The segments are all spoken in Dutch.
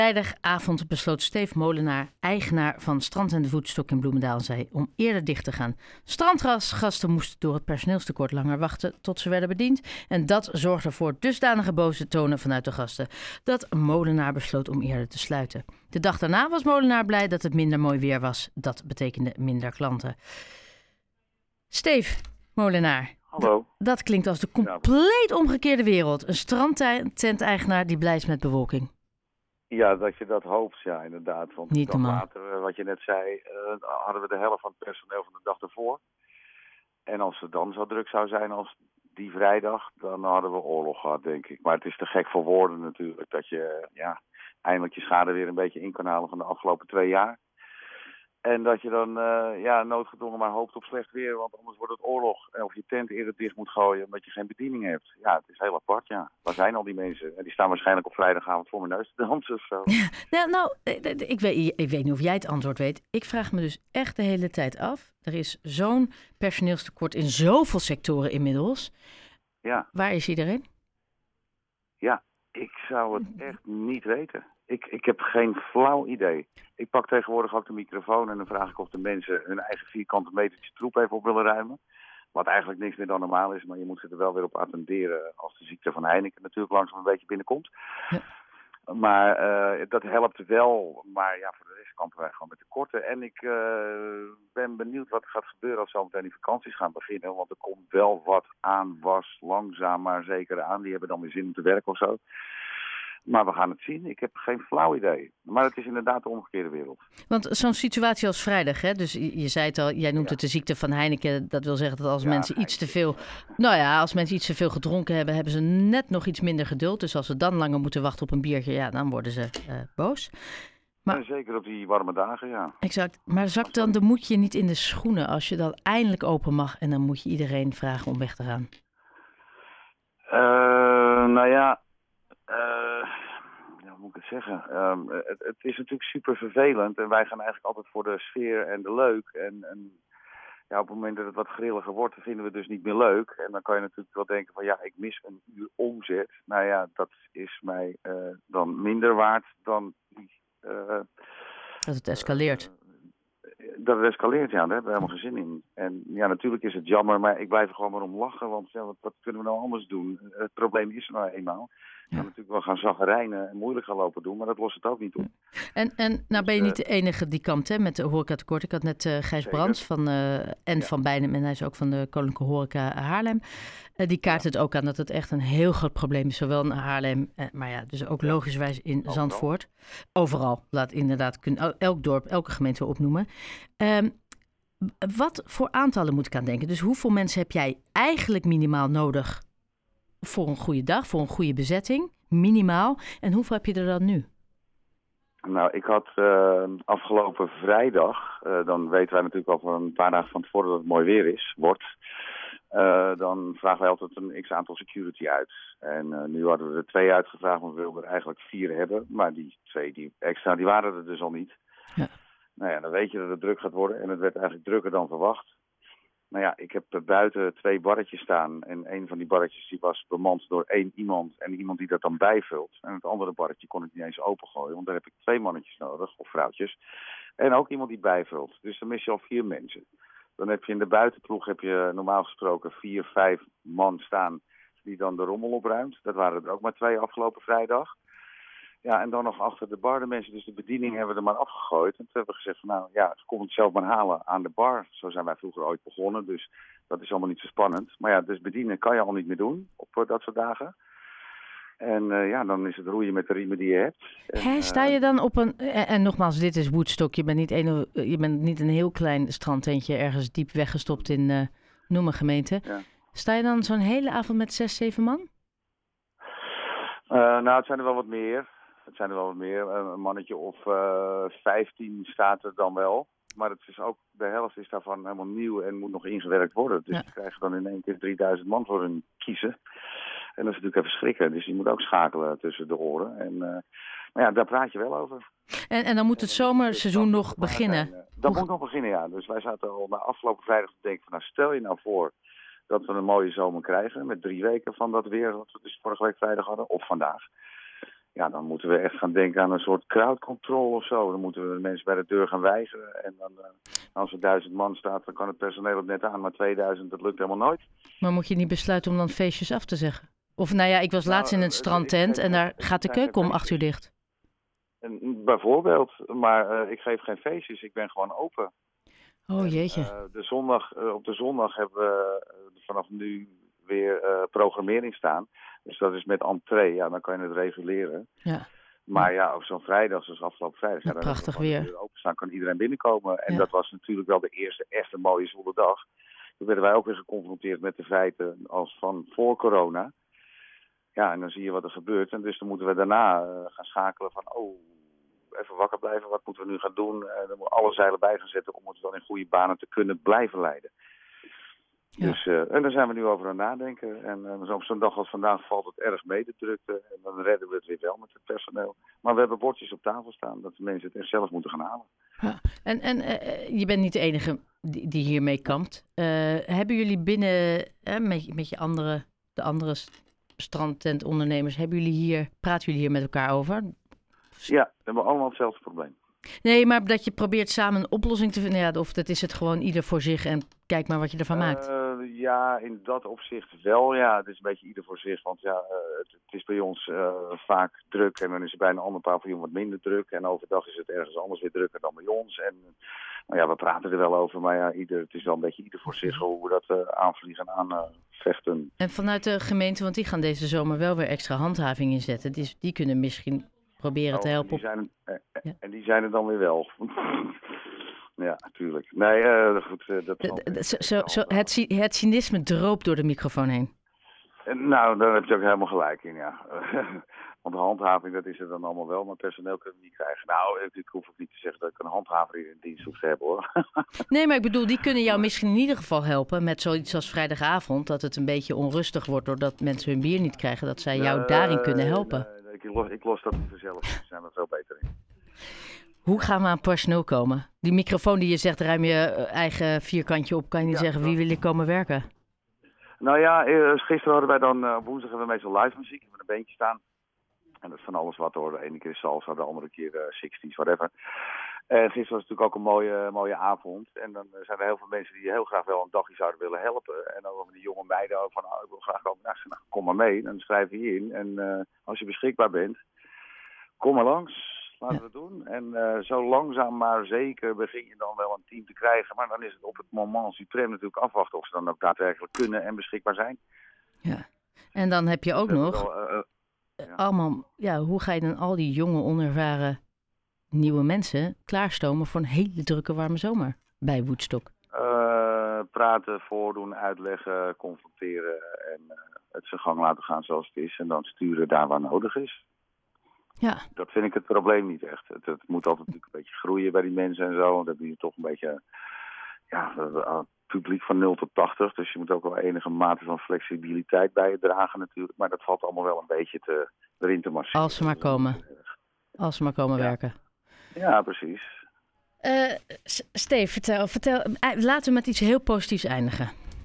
Vrijdagavond besloot Steve Molenaar, eigenaar van Strand en de Voetstok in Bloemendaalzee, om eerder dicht te gaan. Strandgasten moesten door het personeelstekort langer wachten tot ze werden bediend. En dat zorgde voor dusdanige boze tonen vanuit de gasten dat Molenaar besloot om eerder te sluiten. De dag daarna was Molenaar blij dat het minder mooi weer was. Dat betekende minder klanten. Steve Molenaar. Hallo. Dat klinkt als de compleet omgekeerde wereld. Een strandtent-eigenaar die blij is met bewolking. Ja, dat je dat hoopt, ja, inderdaad. Want Niet dan normaal. later, wat je net zei, hadden we de helft van het personeel van de dag ervoor. En als het dan zo druk zou zijn als die vrijdag, dan hadden we oorlog gehad, denk ik. Maar het is te gek voor woorden natuurlijk, dat je eindelijk je schade weer een beetje in kan halen van de afgelopen 2 jaar. En dat je dan noodgedwongen maar hoopt op slecht weer, want anders wordt het oorlog. Of je tent eerder dicht moet gooien omdat je geen bediening hebt. Ja, het is heel apart, ja. Waar zijn al die mensen? En die staan waarschijnlijk op vrijdagavond voor mijn neus te dansen of zo. Ik weet niet of jij het antwoord weet. Ik vraag me dus echt de hele tijd af. Er is zo'n personeelstekort in zoveel sectoren inmiddels. Ja. Waar is iedereen? Ja, ik zou het echt niet weten. Ik heb geen flauw idee. Ik pak tegenwoordig ook de microfoon en dan vraag ik of de mensen hun eigen vierkante metertje troep even op willen ruimen. Wat eigenlijk niks meer dan normaal is, maar je moet ze er wel weer op attenderen als de ziekte van Heineken natuurlijk langzaam een beetje binnenkomt. Ja. Maar dat helpt wel. Maar ja, voor de rest kampen wij gewoon met tekorten. En ik ben benieuwd wat er gaat gebeuren als zometeen die vakanties gaan beginnen. Want er komt wel wat aan, langzaam maar zeker aan. Die hebben dan weer zin om te werken of zo. Maar we gaan het zien. Ik heb geen flauw idee. Maar het is inderdaad de omgekeerde wereld. Want zo'n situatie als vrijdag, hè? Dus je zei het al, jij noemt het de ziekte van Heineken. Dat wil zeggen dat als mensen iets te veel... Nou ja, als mensen iets te veel gedronken hebben, hebben ze net nog iets minder geduld. Dus als ze dan langer moeten wachten op een biertje, ja, dan worden ze boos. Maar, en zeker op die warme dagen, ja. Exact. Maar zakt dan de moed je niet in de schoenen als je dan eindelijk open mag en dan moet je iedereen vragen om weg te gaan? Hoe moet ik het zeggen? Het is natuurlijk super vervelend en wij gaan eigenlijk altijd voor de sfeer en de leuk. En op het moment dat het wat grilliger wordt, dan vinden we het dus niet meer leuk. En dan kan je natuurlijk wel denken van ik mis een uur omzet. Nou ja, dat is mij dan minder waard dan... dat het escaleert. Dat het escaleert, ja, daar hebben we helemaal geen zin in. En ja, natuurlijk is het jammer, maar ik blijf er gewoon maar om lachen. Want wat kunnen we nou anders doen? Het probleem is er nou eenmaal. We gaan natuurlijk wel gaan zaggerijnen en moeilijk gaan lopen doen, maar dat lost het ook niet op. En nou ben je niet de enige die kampt hè, met de horecatekort. Ik had net Gijs Brands van Beinum en hij is ook van de Koninklijke Horeca Haarlem. Die kaart het ook aan dat het echt een heel groot probleem is. Zowel in Haarlem, maar ja, dus ook logischerwijs in Zandvoort. Overal. Laat inderdaad elk dorp, elke gemeente opnoemen. Wat voor aantallen moet ik aan denken? Dus hoeveel mensen heb jij eigenlijk minimaal nodig voor een goede dag, voor een goede bezetting? Minimaal. En hoeveel heb je er dan nu? Nou, ik had afgelopen vrijdag, dan weten wij natuurlijk al van een paar dagen van tevoren dat het mooi weer wordt. Dan vragen wij altijd een x-aantal security uit. En nu hadden we er 2 uitgevraagd, maar we wilden er eigenlijk 4 hebben. Maar die 2 die extra, die waren er dus al niet. Ja. Nou ja, dan weet je dat het druk gaat worden en het werd eigenlijk drukker dan verwacht. Nou ja, ik heb er buiten 2 barretjes staan en een van die barretjes die was bemand door 1 iemand en iemand die dat dan bijvult. En het andere barretje kon ik niet eens opengooien, want daar heb ik 2 mannetjes nodig, of vrouwtjes. En ook iemand die bijvult. Dus dan mis je al 4 mensen. Dan heb je in de buitenploeg normaal gesproken 4, 5 man staan die dan de rommel opruimt. Dat waren er ook maar 2 afgelopen vrijdag. Ja, en dan nog achter de bar de mensen. Dus de bediening hebben we er maar afgegooid. En toen hebben we gezegd van kom het zelf maar halen aan de bar. Zo zijn wij vroeger ooit begonnen. Dus dat is allemaal niet zo spannend. Maar ja, dus bedienen kan je al niet meer doen op dat soort dagen. En dan is het roeien met de riemen die je hebt. Sta je dan op een... En nogmaals, dit is Woodstock. Je bent niet een heel klein strandtentje ergens diep weggestopt in noem een gemeente. Ja. Sta je dan zo'n hele avond met 6, 7 man? Het zijn er wel wat meer. Een mannetje of 15 staat er dan wel. Maar het is ook, de helft is daarvan helemaal nieuw en moet nog ingewerkt worden. Dus je krijgt dan in één keer 3000 man voor hun kiezen. En dat is natuurlijk even schrikken. Dus je moet ook schakelen tussen de oren. En maar ja, daar praat je wel over. En dan moet het zomerseizoen nog beginnen? Dat moet nog beginnen, ja. Dus wij zaten al na afgelopen vrijdag te denken van stel je nou voor dat we een mooie zomer krijgen met 3 weken van dat weer wat we dus vorige week vrijdag hadden, of vandaag. Ja, dan moeten we echt gaan denken aan een soort crowd control of zo. Dan moeten we de mensen bij de deur gaan weigeren. En dan, als er 1000 man staat, dan kan het personeel het net aan. Maar 2000, dat lukt helemaal nooit. Maar moet je niet besluiten om dan feestjes af te zeggen? Of nou ja, ik was laatst in een strandtent en daar gaat de keuken om 8 uur dicht. En, bijvoorbeeld, maar ik geef geen feestjes. Ik ben gewoon open. Oh jeetje. Op de zondag hebben we vanaf nu weer programmering staan. Dus dat is met entree. Ja, dan kan je het reguleren. Ja. Maar ja, op zo'n vrijdag, zoals afgelopen vrijdag, Ja, prachtig weer. De openstaan, kan iedereen binnenkomen. En Ja. dat was natuurlijk wel de eerste echte mooie zwoele dag. Toen werden wij ook weer geconfronteerd met de feiten als van voor corona. Ja, en dan zie je wat er gebeurt. En dus dan moeten we daarna gaan schakelen van, even wakker blijven. Wat moeten we nu gaan doen? Dan moeten we alle zeilen bij gaan zetten om het dan in goede banen te kunnen blijven leiden. Ja. Dus, en daar zijn we nu over aan het nadenken. En op zo'n dag als vandaag valt het erg mee, de drukte. En dan redden we het weer wel met het personeel. Maar we hebben bordjes op tafel staan dat de mensen het echt zelf moeten gaan halen. Ja. En je bent niet de enige die hiermee kampt. Hebben jullie binnen, met de andere strandtentondernemers, praten jullie hier met elkaar over? Ja, we hebben allemaal hetzelfde probleem. Nee, maar dat je probeert samen een oplossing te vinden. Ja, of dat is het gewoon ieder voor zich en kijk maar wat je ervan maakt. Ja, in dat opzicht wel. Ja, het is een beetje ieder voor zich. Want ja, het is bij ons vaak druk en dan is er bij een ander paviljoen wat minder druk. En overdag is het ergens anders weer drukker dan bij ons. En nou ja, we praten er wel over. Maar ja, het is wel een beetje ieder voor zich hoe we dat aanvliegen en aanvechten. En vanuit de gemeente, want die gaan deze zomer wel weer extra handhaving inzetten. Die kunnen misschien proberen te helpen. En die zijn er dan weer wel. Ja, natuurlijk. Nee, goed. Het cynisme droopt door de microfoon heen. Nou, daar heb je ook helemaal gelijk in, ja. Want de handhaving, dat is er dan allemaal wel, maar personeel kunnen we niet krijgen. Nou, ik hoef ook niet te zeggen dat ik een handhaver in dienst hoef te hebben, hoor. Nee, maar ik bedoel, die kunnen jou misschien in ieder geval helpen met zoiets als vrijdagavond. Dat het een beetje onrustig wordt doordat mensen hun bier niet krijgen. Dat zij jou daarin kunnen helpen. Nee, ik los dat niet zelf. Daar zijn we veel beter in. Hoe gaan we aan personeel komen? Die microfoon die je zegt, ruim je eigen vierkantje op. Kan je niet zeggen, wie wil je komen werken? Nou ja, gisteren hadden wij dan, op woensdag hebben we meestal live muziek. We hebben een bandje staan. En dat is van alles wat hoor. De ene keer salsa, de andere keer 60s, whatever. En gisteren was het natuurlijk ook een mooie avond. En dan zijn er heel veel mensen die heel graag wel een dagje zouden willen helpen. En dan van die jonge meiden ook van, ik wil graag komen. Nou, kom maar mee. Dan schrijf je je in. En als je beschikbaar bent, kom maar langs. Laten we het doen. En zo langzaam maar zeker begin je dan wel een team te krijgen. Maar dan is het op het moment suprem natuurlijk afwachten of ze dan ook daadwerkelijk kunnen en beschikbaar zijn. Ja. En dan heb je ook nog allemaal, hoe ga je dan al die jonge, onervaren nieuwe mensen klaarstomen voor een hele drukke warme zomer bij Woodstock? Praten, voordoen, uitleggen, confronteren en het zijn gang laten gaan zoals het is. En dan sturen daar waar nodig is. Ja. Dat vind ik het probleem niet echt. Het moet altijd natuurlijk een beetje groeien bij die mensen en zo. Want dan heb je toch een beetje publiek van 0 tot 80. Dus je moet ook wel enige mate van flexibiliteit bij je dragen natuurlijk. Maar dat valt allemaal wel een beetje erin te masseren. Als ze maar komen werken. Ja, precies. Steve, vertel. Laten we met iets heel positiefs eindigen.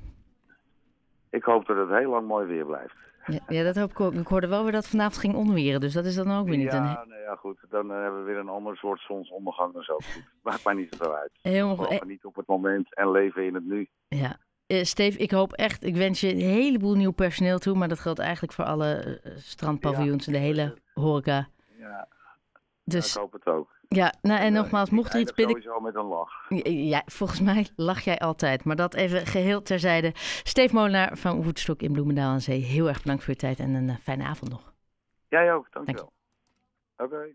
Ik hoop dat het heel lang mooi weer blijft. Ja, dat hoop ik ook. Ik hoorde wel weer dat vanavond ging onweren, dus dat is dan ook weer niet goed. Dan hebben we weer een ander soort zonsondergang en zo. Goed. Maakt mij niet zoveel uit. Niet op het moment en leven in het nu. Ja. Steve, ik hoop echt, ik wens je een heleboel nieuw personeel toe, maar dat geldt eigenlijk voor alle strandpaviljoens en de hele horeca. Ja, dus, ik hoop het ook. Ja, nou en nogmaals, mocht er iets binnen... Sowieso met een lach. Ja, volgens mij lach jij altijd. Maar dat even geheel terzijde. Steve Molenaar van Woodstock in Bloemendaal aan Zee. Heel erg bedankt voor je tijd en een fijne avond nog. Jij ook, dankjewel. Oké.